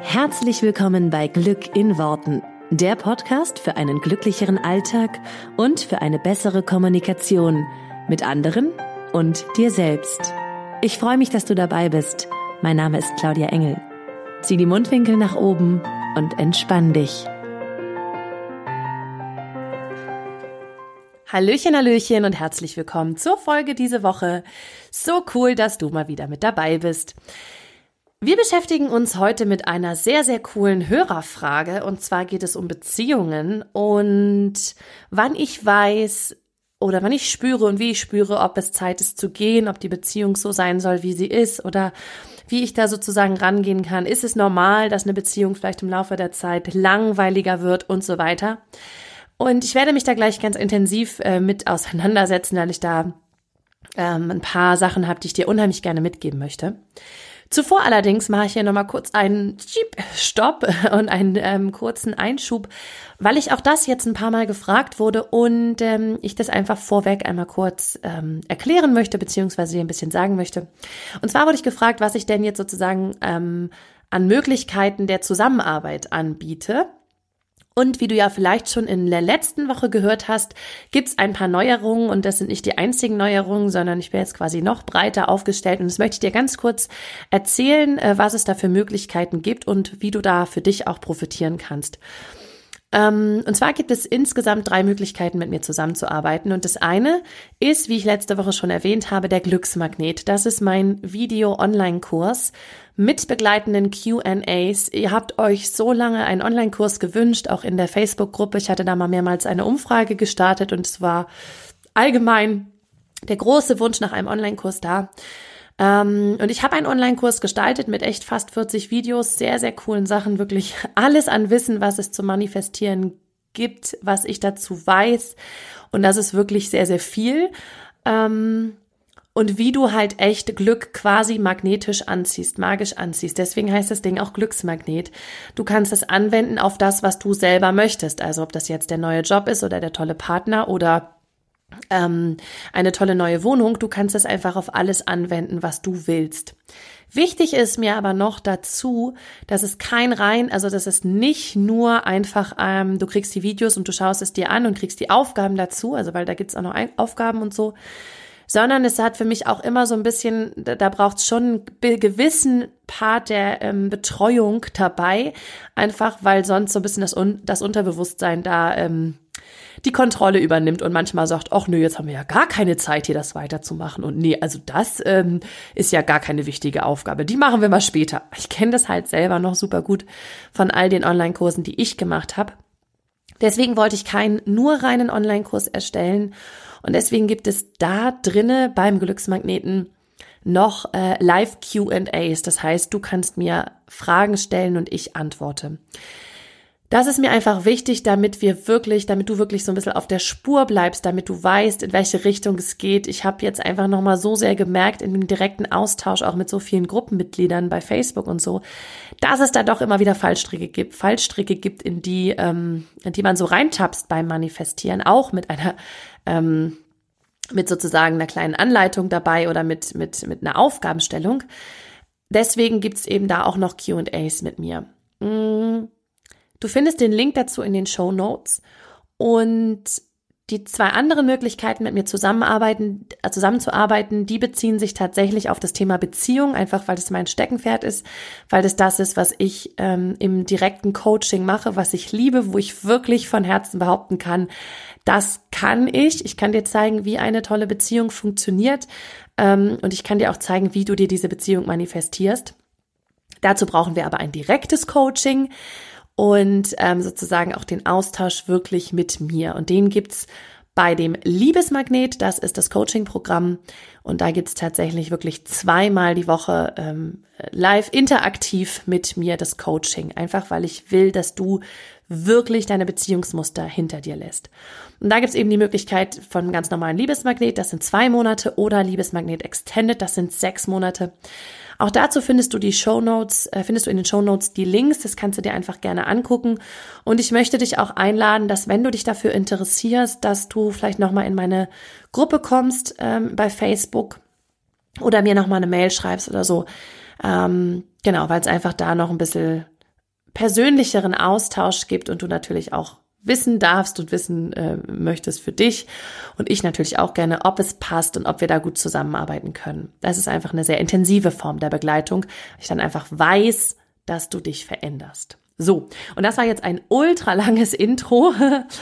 Herzlich willkommen bei Glück in Worten, der Podcast für einen glücklicheren Alltag und für eine bessere Kommunikation mit anderen und dir selbst. Ich freue mich, dass du dabei bist. Mein Name ist Claudia Engel. Zieh die Mundwinkel nach oben und entspann dich. Hallöchen, Hallöchen und herzlich willkommen zur Folge diese Woche. So cool, dass du mal wieder mit dabei bist. Wir beschäftigen uns heute mit einer sehr, sehr coolen Hörerfrage, und zwar geht es um Beziehungen und wann ich weiß oder wann ich spüre und wie ich spüre, ob es Zeit ist zu gehen, ob die Beziehung so sein soll, wie sie ist oder wie ich da sozusagen rangehen kann. Ist es normal, dass eine Beziehung vielleicht im Laufe der Zeit langweiliger wird und so weiter? Und ich werde mich da gleich ganz intensiv mit auseinandersetzen, weil ich da ein paar Sachen habe, die ich dir unheimlich gerne mitgeben möchte. Zuvor allerdings mache ich hier nochmal kurz einen Stopp und einen kurzen Einschub, weil ich auch das jetzt ein paar Mal gefragt wurde und ich das einfach vorweg einmal kurz erklären möchte, beziehungsweise dir ein bisschen sagen möchte. Und zwar wurde ich gefragt, was ich denn jetzt sozusagen an Möglichkeiten der Zusammenarbeit anbiete. Und wie du ja vielleicht schon in der letzten Woche gehört hast, gibt's ein paar Neuerungen und das sind nicht die einzigen Neuerungen, sondern ich bin jetzt quasi noch breiter aufgestellt und das möchte ich dir ganz kurz erzählen, was es da für Möglichkeiten gibt und wie du da für dich auch profitieren kannst. Und zwar gibt es insgesamt 3 Möglichkeiten, mit mir zusammenzuarbeiten. Und das eine ist, wie ich letzte Woche schon erwähnt habe, der Glücksmagnet. Das ist mein Video-Online-Kurs mit begleitenden Q&As. Ihr habt euch so lange einen Online-Kurs gewünscht, auch in der Facebook-Gruppe. Ich hatte da mal mehrmals eine Umfrage gestartet und es war allgemein der große Wunsch nach einem Online-Kurs da. Und ich habe einen Online-Kurs gestaltet mit echt fast 40 Videos, sehr, sehr coolen Sachen, wirklich alles an Wissen, was es zu manifestieren gibt, was ich dazu weiß. Und das ist wirklich sehr, sehr viel. Und wie du halt echt Glück quasi magnetisch anziehst, magisch anziehst. Deswegen heißt das Ding auch Glücksmagnet. Du kannst es anwenden auf das, was du selber möchtest. Also ob das jetzt der neue Job ist oder der tolle Partner oder eine tolle neue Wohnung. Du kannst es einfach auf alles anwenden, was du willst. Wichtig ist mir aber noch dazu, dass es dass es nicht nur einfach, du kriegst die Videos und du schaust es dir an und kriegst die Aufgaben dazu, also weil da gibt's auch noch Aufgaben und so, sondern es hat für mich auch immer so ein bisschen, da braucht es schon einen gewissen Part der Betreuung dabei, einfach weil sonst so ein bisschen das Unterbewusstsein da die Kontrolle übernimmt und manchmal sagt, ach nö, jetzt haben wir ja gar keine Zeit, hier das weiterzumachen. Und nee, also das ist ja gar keine wichtige Aufgabe. Die machen wir mal später. Ich kenne das halt selber noch super gut von all den Online-Kursen, die ich gemacht habe. Deswegen wollte ich keinen nur reinen Online-Kurs erstellen. Und deswegen gibt es da drinne beim Glücksmagneten noch Live-Q&As. Das heißt, du kannst mir Fragen stellen und ich antworte. Das ist mir einfach wichtig, damit du wirklich so ein bisschen auf der Spur bleibst, damit du weißt, in welche Richtung es geht. Ich habe jetzt einfach nochmal so sehr gemerkt in dem direkten Austausch auch mit so vielen Gruppenmitgliedern bei Facebook und so, dass es da doch immer wieder Fallstricke gibt, in die man so reintapst beim Manifestieren, auch mit mit sozusagen einer kleinen Anleitung dabei oder mit einer Aufgabenstellung. Deswegen gibt's eben da auch noch Q&As mit mir. Du findest den Link dazu in den Shownotes und die 2 anderen Möglichkeiten, mit mir zusammenzuarbeiten, die beziehen sich tatsächlich auf das Thema Beziehung, einfach weil das mein Steckenpferd ist, weil das ist, was ich im direkten Coaching mache, was ich liebe, wo ich wirklich von Herzen behaupten kann, das kann ich. Ich kann dir zeigen, wie eine tolle Beziehung funktioniert und ich kann dir auch zeigen, wie du dir diese Beziehung manifestierst. Dazu brauchen wir aber ein direktes Coaching und sozusagen auch den Austausch wirklich mit mir. Und den gibt's bei dem Liebesmagnet, das ist das Coaching-Programm. Und da gibt's tatsächlich wirklich 2-mal die Woche live interaktiv mit mir das Coaching. Einfach weil ich will, dass du wirklich deine Beziehungsmuster hinter dir lässt. Und da gibt's eben die Möglichkeit von ganz normalen Liebesmagnet, das sind 2 Monate, oder Liebesmagnet Extended, das sind 6 Monate. Auch dazu findest du in den Shownotes die Links, das kannst du dir einfach gerne angucken. Und ich möchte dich auch einladen, dass wenn du dich dafür interessierst, dass du vielleicht nochmal in meine Gruppe kommst bei Facebook oder mir nochmal eine Mail schreibst oder so. Genau, weil es einfach da noch ein bisschen persönlicheren Austausch gibt und du natürlich auch wissen darfst und wissen möchtest für dich und ich natürlich auch gerne, ob es passt und ob wir da gut zusammenarbeiten können. Das ist einfach eine sehr intensive Form der Begleitung, weil ich dann einfach weiß, dass du dich veränderst. So, und das war jetzt ein ultra langes Intro,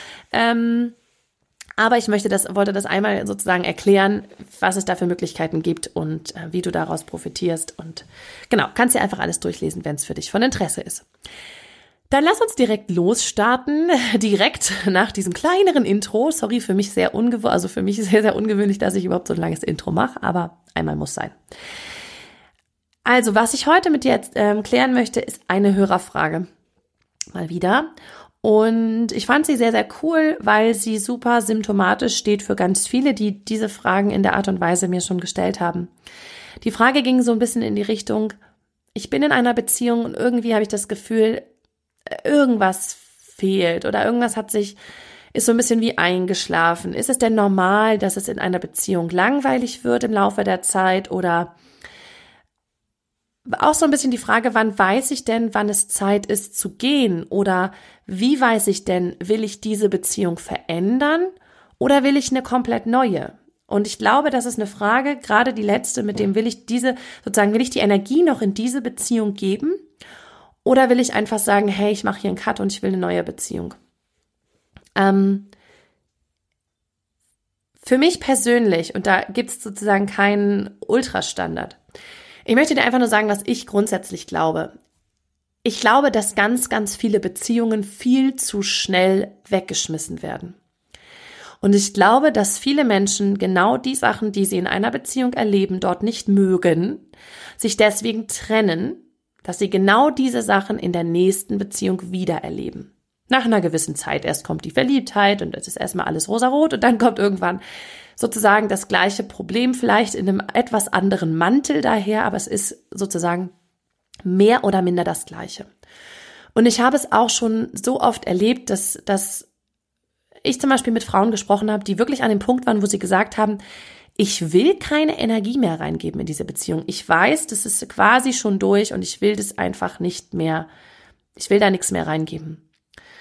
aber ich wollte das einmal sozusagen erklären, was es da für Möglichkeiten gibt und wie du daraus profitierst und genau, kannst dir einfach alles durchlesen, wenn es für dich von Interesse ist. Dann lass uns direkt losstarten, direkt nach diesem kleineren Intro. Sorry, für mich sehr ungewöhnlich, dass ich überhaupt so ein langes Intro mache, aber einmal muss sein. Also, was ich heute mit dir jetzt klären möchte, ist eine Hörerfrage. Mal wieder. Und ich fand sie sehr, sehr cool, weil sie super symptomatisch steht für ganz viele, die diese Fragen in der Art und Weise mir schon gestellt haben. Die Frage ging so ein bisschen in die Richtung, ich bin in einer Beziehung und irgendwie habe ich das Gefühl, irgendwas fehlt oder irgendwas ist so ein bisschen wie eingeschlafen. Ist es denn normal, dass es in einer Beziehung langweilig wird im Laufe der Zeit oder auch so ein bisschen die Frage, wann weiß ich denn, wann es Zeit ist zu gehen oder wie weiß ich denn, will ich diese Beziehung verändern oder will ich eine komplett neue? Und ich glaube, das ist eine Frage, gerade die letzte, mit dem will ich die Energie noch in diese Beziehung geben? Oder will ich einfach sagen, hey, ich mache hier einen Cut und ich will eine neue Beziehung? Für mich persönlich, und da gibt es sozusagen keinen Ultrastandard, ich möchte dir einfach nur sagen, was ich grundsätzlich glaube. Ich glaube, dass ganz, ganz viele Beziehungen viel zu schnell weggeschmissen werden. Und ich glaube, dass viele Menschen genau die Sachen, die sie in einer Beziehung erleben, dort nicht mögen, sich deswegen trennen, dass sie genau diese Sachen in der nächsten Beziehung wieder erleben. Nach einer gewissen Zeit erst kommt die Verliebtheit und es ist erstmal alles rosarot und dann kommt irgendwann sozusagen das gleiche Problem, vielleicht in einem etwas anderen Mantel daher, aber es ist sozusagen mehr oder minder das Gleiche. Und ich habe es auch schon so oft erlebt, dass ich zum Beispiel mit Frauen gesprochen habe, die wirklich an dem Punkt waren, wo sie gesagt haben, ich will keine Energie mehr reingeben in diese Beziehung. Ich weiß, das ist quasi schon durch und ich will das einfach nicht mehr, ich will da nichts mehr reingeben.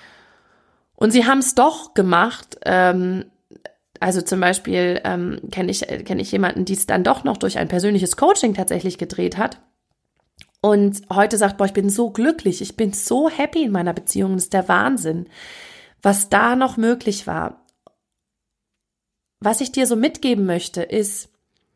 Und sie haben es doch gemacht, also zum Beispiel kenne ich jemanden, die es dann doch noch durch ein persönliches Coaching tatsächlich gedreht hat und heute sagt, ich bin so glücklich, ich bin so happy in meiner Beziehung, das ist der Wahnsinn, was da noch möglich war. Was ich dir so mitgeben möchte, ist,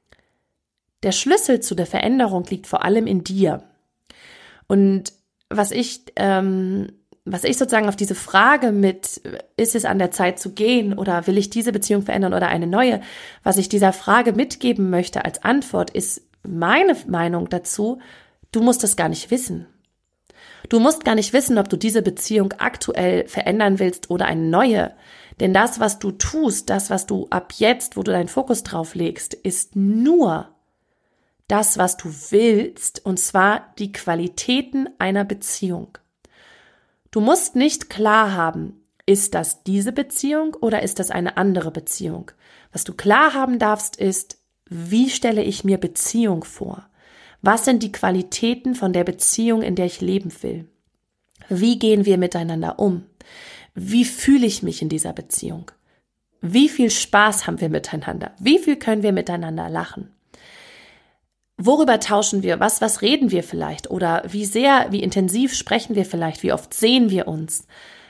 der Schlüssel zu der Veränderung liegt vor allem in dir. Und was ich sozusagen auf diese Frage mit, ist es an der Zeit zu gehen oder will ich diese Beziehung verändern oder eine neue, was ich dieser Frage mitgeben möchte als Antwort, ist meine Meinung dazu, du musst es gar nicht wissen. Du musst gar nicht wissen, ob du diese Beziehung aktuell verändern willst oder eine neue. Denn das, was du tust, das, was du ab jetzt, wo du deinen Fokus drauf legst, ist nur das, was du willst, und zwar die Qualitäten einer Beziehung. Du musst nicht klar haben, ist das diese Beziehung oder ist das eine andere Beziehung? Was du klar haben darfst, ist, wie stelle ich mir Beziehung vor? Was sind die Qualitäten von der Beziehung, in der ich leben will? Wie gehen wir miteinander um? Wie fühle ich mich in dieser Beziehung? Wie viel Spaß haben wir miteinander? Wie viel können wir miteinander lachen? Worüber tauschen wir? Was reden wir vielleicht? Oder wie intensiv sprechen wir vielleicht? Wie oft sehen wir uns?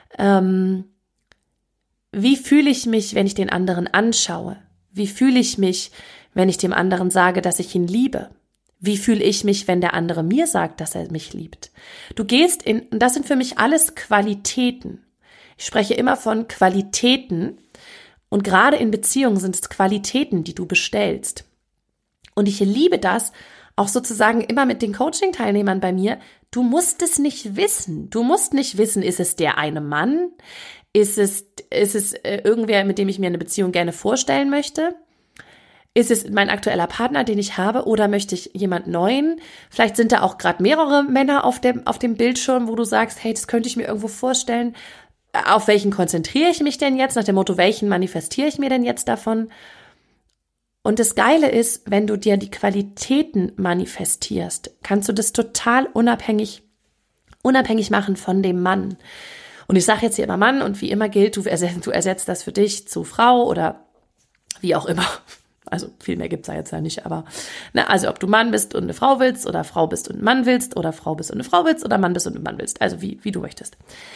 Wie fühle ich mich, wenn ich den anderen anschaue? Wie fühle ich mich, wenn ich dem anderen sage, dass ich ihn liebe? Wie fühle ich mich, wenn der andere mir sagt, dass er mich liebt? Und das sind für mich alles Qualitäten. Ich spreche immer von Qualitäten und gerade in Beziehungen sind es Qualitäten, die du bestellst. Und ich liebe das auch sozusagen immer mit den Coaching-Teilnehmern bei mir. Du musst es nicht wissen. Du musst nicht wissen, ist es der eine Mann? Ist es irgendwer, mit dem ich mir eine Beziehung gerne vorstellen möchte? Ist es mein aktueller Partner, den ich habe, oder möchte ich jemand Neuen? Vielleicht sind da auch gerade mehrere Männer auf dem Bildschirm, wo du sagst, hey, das könnte ich mir irgendwo vorstellen. Auf welchen konzentriere ich mich denn jetzt? Nach dem Motto, welchen manifestiere ich mir denn jetzt davon? Und das Geile ist, wenn du dir die Qualitäten manifestierst, kannst du das total unabhängig unabhängig machen von dem Mann. Und ich sage jetzt hier immer Mann und wie immer gilt, du ersetzt das für dich zu Frau oder wie auch immer. Also viel mehr gibt's da jetzt ja nicht, aber also ob du Mann bist und eine Frau willst oder Frau bist und einen Mann willst oder Frau bist und eine Frau willst oder Mann bist und einen Mann willst, also wie du möchtest.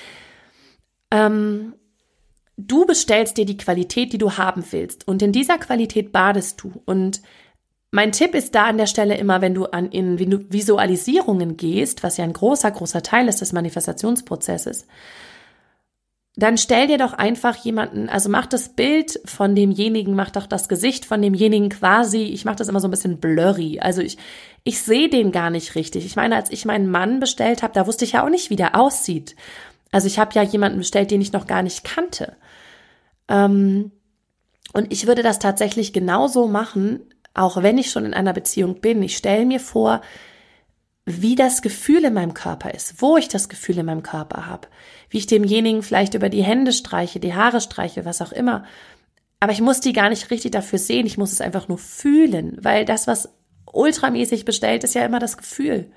Du bestellst dir die Qualität, die du haben willst und in dieser Qualität badest du. Und mein Tipp ist da an der Stelle immer, wenn du in Visualisierungen gehst, was ja ein großer, großer Teil ist des Manifestationsprozesses, dann stell dir doch einfach jemanden, also mach das Bild von demjenigen, mach doch das Gesicht von demjenigen quasi, ich mache das immer so ein bisschen blurry, also ich sehe den gar nicht richtig. Ich meine, als ich meinen Mann bestellt habe, da wusste ich ja auch nicht, wie der aussieht. Also ich habe ja jemanden bestellt, den ich noch gar nicht kannte. Und ich würde das tatsächlich genauso machen, auch wenn ich schon in einer Beziehung bin. Ich stelle mir vor, wie das Gefühl in meinem Körper ist, wo ich das Gefühl in meinem Körper habe, wie ich demjenigen vielleicht über die Hände streiche, die Haare streiche, was auch immer. Aber ich muss die gar nicht richtig dafür sehen, ich muss es einfach nur fühlen, weil das, was ultramäßig bestellt, ist ja immer das Gefühl.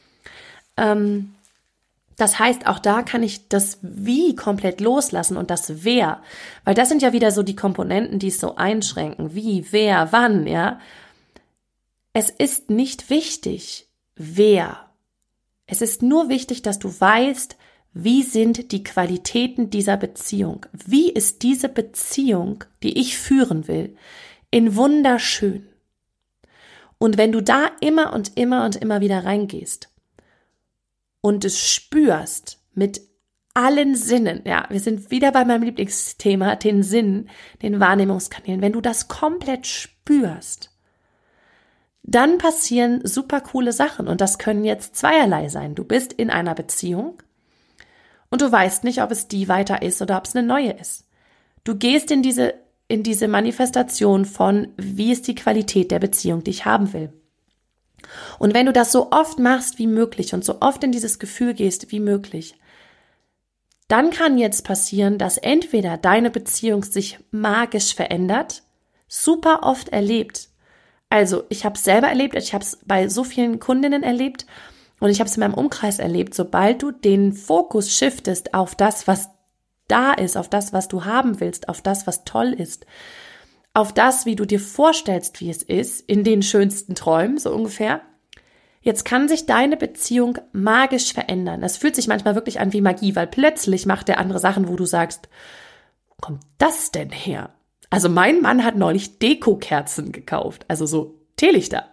Das heißt, auch da kann ich das Wie komplett loslassen und das Wer, weil das sind ja wieder so die Komponenten, die es so einschränken. Wie, wer, wann, ja. Es ist nicht wichtig, wer. Es ist nur wichtig, dass du weißt, wie sind die Qualitäten dieser Beziehung? Wie ist diese Beziehung, die ich führen will, in wunderschön? Und wenn du da immer und immer und immer wieder reingehst und es spürst mit allen Sinnen, ja, wir sind wieder bei meinem Lieblingsthema, den Sinnen, den Wahrnehmungskanälen, wenn du das komplett spürst, dann passieren super coole Sachen und das können jetzt zweierlei sein. Du bist in einer Beziehung und du weißt nicht, ob es die weiter ist oder ob es eine neue ist. Du gehst in diese Manifestation von, wie ist die Qualität der Beziehung, die ich haben will. Und wenn du das so oft machst wie möglich und so oft in dieses Gefühl gehst wie möglich, dann kann jetzt passieren, dass entweder deine Beziehung sich magisch verändert, super oft erlebt. Also ich habe es selber erlebt, ich habe es bei so vielen Kundinnen erlebt und ich habe es in meinem Umkreis erlebt, sobald du den Fokus shiftest auf das, was da ist, auf das, was du haben willst, auf das, was toll ist, auf das, wie du dir vorstellst, wie es ist, in den schönsten Träumen, so ungefähr. Jetzt kann sich deine Beziehung magisch verändern. Das fühlt sich manchmal wirklich an wie Magie, weil plötzlich macht der andere Sachen, wo du sagst, wo kommt das denn her? Also mein Mann hat neulich Dekokerzen gekauft, also so Teelichter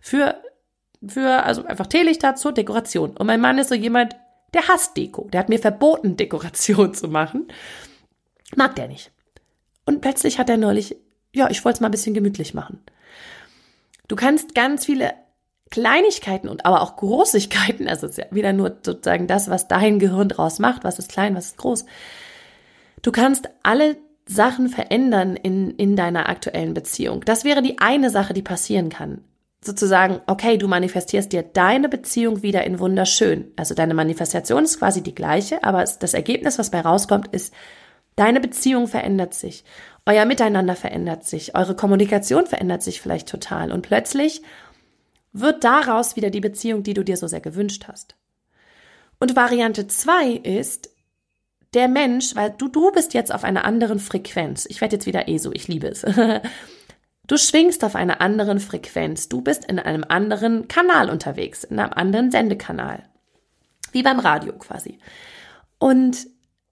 also einfach Teelichter zur Dekoration. Und mein Mann ist so jemand, der hasst Deko. Der hat mir verboten, Dekoration zu machen. Mag der nicht. Und plötzlich hat er neulich, ja, ich wollte es mal ein bisschen gemütlich machen. Du kannst ganz viele Kleinigkeiten und aber auch Großigkeiten, also es ist ja wieder nur sozusagen das, was dein Gehirn draus macht, was ist klein, was ist groß. Du kannst alle Sachen verändern in deiner aktuellen Beziehung. Das wäre die eine Sache, die passieren kann. Sozusagen, okay, du manifestierst dir deine Beziehung wieder in wunderschön. Also deine Manifestation ist quasi die gleiche, aber das Ergebnis, was bei rauskommt, ist, deine Beziehung verändert sich. Euer Miteinander verändert sich. Eure Kommunikation verändert sich vielleicht total. Und plötzlich wird daraus wieder die Beziehung, die du dir so sehr gewünscht hast. Und Variante 2 ist, der Mensch, weil du bist jetzt auf einer anderen Frequenz. Ich werde jetzt wieder so, ich liebe es. Du schwingst auf einer anderen Frequenz. Du bist in einem anderen Kanal unterwegs, in einem anderen Sendekanal. Wie beim Radio quasi. Und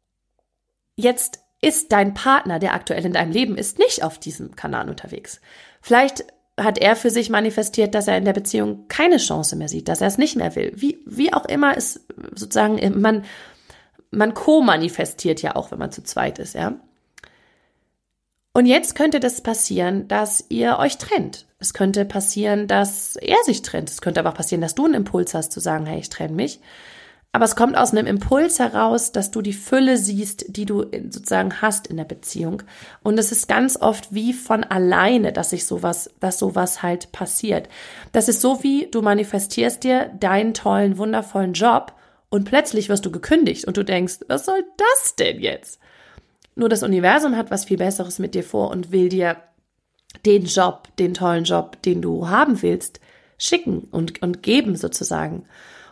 jetzt ist dein Partner, der aktuell in deinem Leben ist, nicht auf diesem Kanal unterwegs. Vielleicht hat er für sich manifestiert, dass er in der Beziehung keine Chance mehr sieht, dass er es nicht mehr will. Wie auch immer es sozusagen, man co-manifestiert ja auch, wenn man zu zweit ist, ja. Und jetzt könnte das passieren, dass ihr euch trennt. Es könnte passieren, dass er sich trennt. Es könnte aber auch passieren, dass du einen Impuls hast, zu sagen, hey, ich trenne mich. Aber es kommt aus einem Impuls heraus, dass du die Fülle siehst, die du sozusagen hast in der Beziehung. Und es ist ganz oft wie von alleine, dass sowas halt passiert. Das ist so wie, du manifestierst dir deinen tollen, wundervollen Job und plötzlich wirst du gekündigt und du denkst, was soll das denn jetzt? Nur das Universum hat was viel Besseres mit dir vor und will dir den Job, den tollen Job, den du haben willst, schicken und geben sozusagen.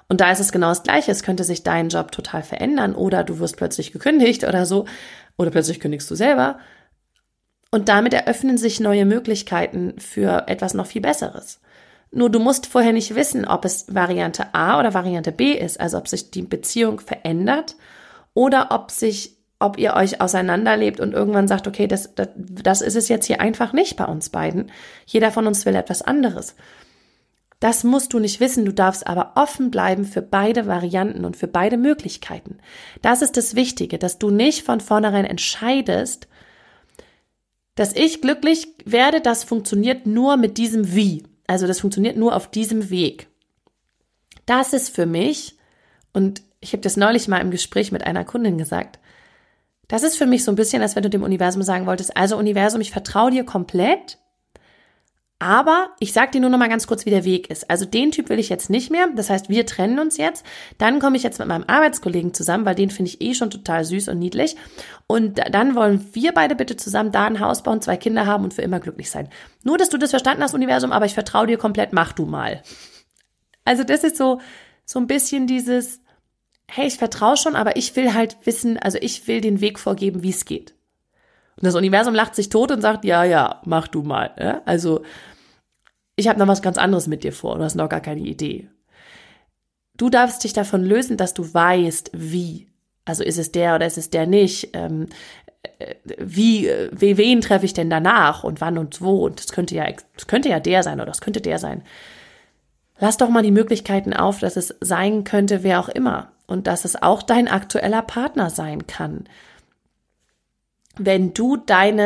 Und da ist es genau das Gleiche. Es könnte sich dein Job total verändern oder du wirst plötzlich gekündigt oder so oder plötzlich kündigst du selber. Und damit eröffnen sich neue Möglichkeiten für etwas noch viel Besseres. Nur du musst vorher nicht wissen, ob es Variante A oder Variante B ist, also ob sich die Beziehung verändert oder ob ihr euch auseinanderlebt und irgendwann sagt, okay, das ist es jetzt hier einfach nicht bei uns beiden. Jeder von uns will etwas anderes. Das musst du nicht wissen, du darfst aber offen bleiben für beide Varianten und für beide Möglichkeiten. Das ist das Wichtige, dass du nicht von vornherein entscheidest, dass ich glücklich werde, das funktioniert nur mit diesem Wie. Also das funktioniert nur auf diesem Weg. Das ist für mich, und ich habe das neulich mal im Gespräch mit einer Kundin gesagt, das ist für mich so ein bisschen, als wenn du dem Universum sagen wolltest, also Universum, ich vertraue dir komplett, aber ich sag dir nur noch mal ganz kurz, wie der Weg ist. Also den Typ will ich jetzt nicht mehr. Das heißt, wir trennen uns jetzt. Dann komme ich jetzt mit meinem Arbeitskollegen zusammen, weil den finde ich eh schon total süß und niedlich. Und dann wollen wir beide bitte zusammen da ein Haus bauen, 2 Kinder haben und für immer glücklich sein. Nur, dass du das verstanden hast, Universum, aber ich vertraue dir komplett, mach du mal. Also das ist so ein bisschen dieses, hey, ich vertraue schon, aber ich will halt wissen, also ich will den Weg vorgeben, wie es geht. Und das Universum lacht sich tot und sagt, ja, mach du mal. Ja? Also ich habe noch was ganz anderes mit dir vor, du hast noch gar keine Idee. Du darfst dich davon lösen, dass du weißt, wie. Also ist es der oder ist es der nicht? Wen treffe ich denn danach und wann und wo? Und das könnte ja der sein oder das könnte der sein. Lass doch mal die Möglichkeiten auf, dass es sein könnte, wer auch immer. Und dass es auch dein aktueller Partner sein kann. Wenn du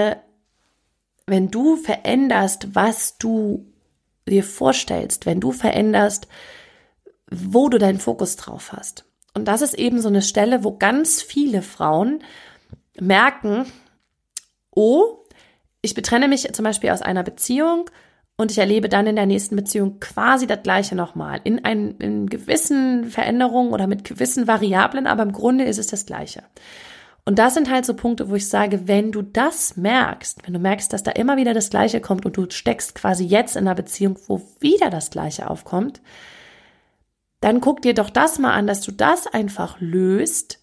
veränderst, was du dir vorstellst, wenn du veränderst, wo du deinen Fokus drauf hast. Und das ist eben so eine Stelle, wo ganz viele Frauen merken, oh, ich betrenne mich zum Beispiel aus einer Beziehung und ich erlebe dann in der nächsten Beziehung quasi das Gleiche nochmal. In gewissen Veränderungen oder mit gewissen Variablen, aber im Grunde ist es das Gleiche. Und das sind halt so Punkte, wo ich sage, wenn du das merkst, wenn du merkst, dass da immer wieder das Gleiche kommt und du steckst quasi jetzt in einer Beziehung, wo wieder das Gleiche aufkommt, dann guck dir doch das mal an, dass du das einfach löst,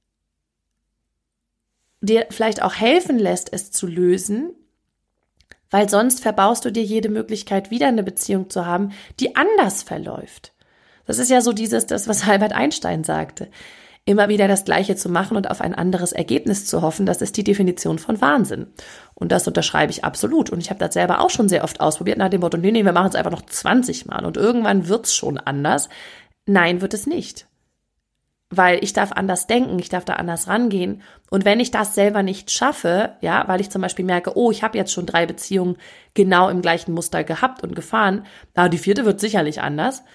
dir vielleicht auch helfen lässt, es zu lösen, weil sonst verbaust du dir jede Möglichkeit, wieder eine Beziehung zu haben, die anders verläuft. Das ist ja so das, was Albert Einstein sagte. Immer wieder das Gleiche zu machen und auf ein anderes Ergebnis zu hoffen, das ist die Definition von Wahnsinn. Und das unterschreibe ich absolut. Und ich habe das selber auch schon sehr oft ausprobiert, nach dem Motto, nee, wir machen es einfach noch 20 Mal und irgendwann wird's schon anders. Nein, wird es nicht. Weil ich darf anders denken, ich darf da anders rangehen. Und wenn ich das selber nicht schaffe, ja, weil ich zum Beispiel merke, oh, ich habe jetzt schon 3 Beziehungen genau im gleichen Muster gehabt und gefahren, aber die 4. wird sicherlich anders,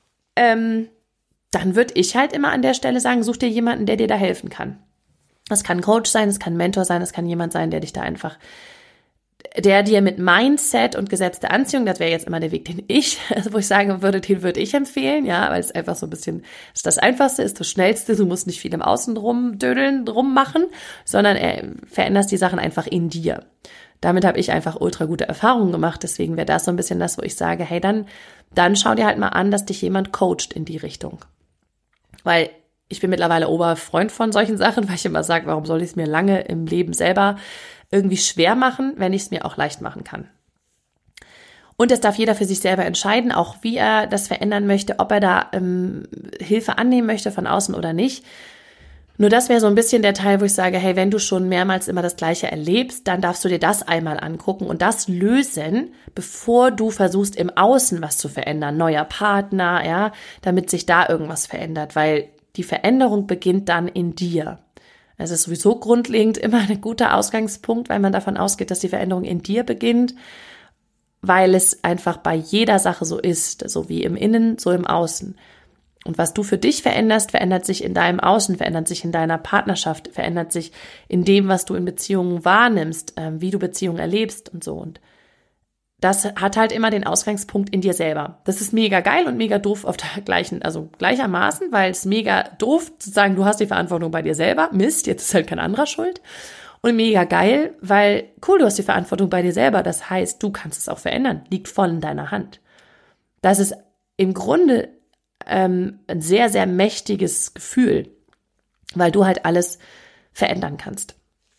dann würde ich halt immer an der Stelle sagen, such dir jemanden, der dir da helfen kann. Das kann ein Coach sein, das kann ein Mentor sein, das kann jemand sein, der dich da einfach, der dir mit Mindset und Gesetz der Anziehung, das wäre jetzt immer der Weg, wo ich sagen würde, den würde ich empfehlen, ja, weil es einfach so ein bisschen, ist das Einfachste, ist das Schnellste, du musst nicht viel im Außen drum machen, sondern veränderst die Sachen einfach in dir. Damit habe ich einfach ultra gute Erfahrungen gemacht, deswegen wäre das so ein bisschen das, wo ich sage, hey, dann schau dir halt mal an, dass dich jemand coacht in die Richtung. Weil ich bin mittlerweile Oberfreund von solchen Sachen, weil ich immer sage, warum soll ich es mir lange im Leben selber irgendwie schwer machen, wenn ich es mir auch leicht machen kann. Und das darf jeder für sich selber entscheiden, auch wie er das verändern möchte, ob er da Hilfe annehmen möchte von außen oder nicht. Nur das wäre so ein bisschen der Teil, wo ich sage, hey, wenn du schon mehrmals immer das Gleiche erlebst, dann darfst du dir das einmal angucken und das lösen, bevor du versuchst, im Außen was zu verändern. Neuer Partner, ja, damit sich da irgendwas verändert, weil die Veränderung beginnt dann in dir. Es ist sowieso grundlegend immer ein guter Ausgangspunkt, weil man davon ausgeht, dass die Veränderung in dir beginnt, weil es einfach bei jeder Sache so ist, so wie im Innen, so im Außen. Und was du für dich veränderst, verändert sich in deinem Außen, verändert sich in deiner Partnerschaft, verändert sich in dem, was du in Beziehungen wahrnimmst, wie du Beziehungen erlebst und so. Und das hat halt immer den Ausgangspunkt in dir selber. Das ist mega geil und mega doof auf der gleichermaßen, weil es mega doof zu sagen, du hast die Verantwortung bei dir selber. Mist, jetzt ist halt kein anderer schuld. Und mega geil, weil cool, du hast die Verantwortung bei dir selber. Das heißt, du kannst es auch verändern. Liegt voll in deiner Hand. Das ist im Grunde ein sehr, sehr mächtiges Gefühl, weil du halt alles verändern kannst.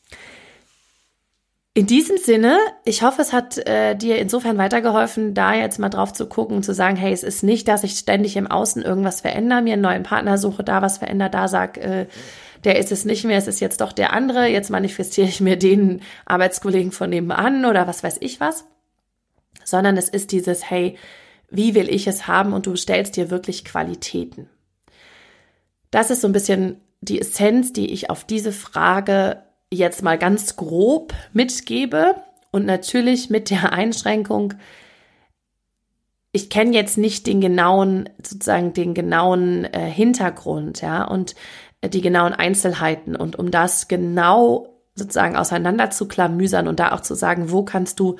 In diesem Sinne, ich hoffe, es hat dir insofern weitergeholfen, da jetzt mal drauf zu gucken und zu sagen, hey, es ist nicht, dass ich ständig im Außen irgendwas verändere, mir einen neuen Partner suche, da was verändere, da sag, der ist es nicht mehr, es ist jetzt doch der andere, jetzt manifestiere ich mir den Arbeitskollegen von nebenan oder was weiß ich was, sondern es ist dieses, hey, wie will ich es haben, und du stellst dir wirklich Qualitäten. Das ist so ein bisschen die Essenz, die ich auf diese Frage jetzt mal ganz grob mitgebe, und natürlich mit der Einschränkung, ich kenne jetzt nicht den genauen Hintergrund, ja, und die genauen Einzelheiten, und um das genau sozusagen auseinander zu klamüsern und da auch zu sagen, wo kannst du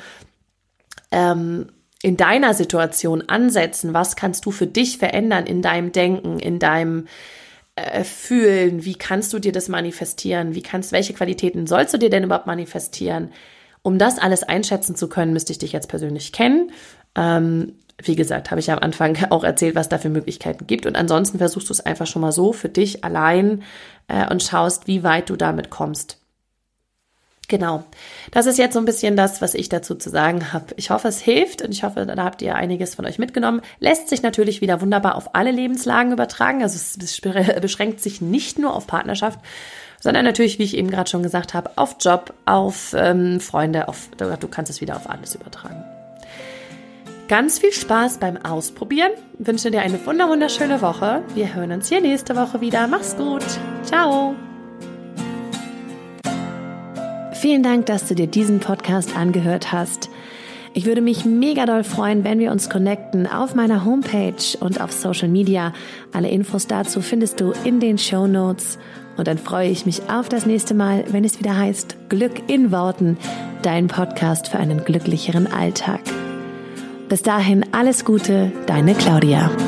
in deiner Situation ansetzen, was kannst du für dich verändern in deinem Denken, in deinem Fühlen, wie kannst du dir das manifestieren, welche Qualitäten sollst du dir denn überhaupt manifestieren? Um das alles einschätzen zu können, müsste ich dich jetzt persönlich kennen. Wie gesagt, habe ich ja am Anfang auch erzählt, was da für Möglichkeiten gibt, und ansonsten versuchst du es einfach schon mal so für dich allein und schaust, wie weit du damit kommst. Genau, das ist jetzt so ein bisschen das, was ich dazu zu sagen habe. Ich hoffe, es hilft, und ich hoffe, da habt ihr einiges von euch mitgenommen. Lässt sich natürlich wieder wunderbar auf alle Lebenslagen übertragen. Also es beschränkt sich nicht nur auf Partnerschaft, sondern natürlich, wie ich eben gerade schon gesagt habe, auf Job, auf Freunde, du kannst es wieder auf alles übertragen. Ganz viel Spaß beim Ausprobieren. Ich wünsche dir eine wunderschöne Woche. Wir hören uns hier nächste Woche wieder. Mach's gut. Ciao. Vielen Dank, dass du dir diesen Podcast angehört hast. Ich würde mich mega doll freuen, wenn wir uns connecten auf meiner Homepage und auf Social Media. Alle Infos dazu findest du in den Shownotes. Und dann freue ich mich auf das nächste Mal, wenn es wieder heißt Glück in Worten, dein Podcast für einen glücklicheren Alltag. Bis dahin alles Gute, deine Claudia.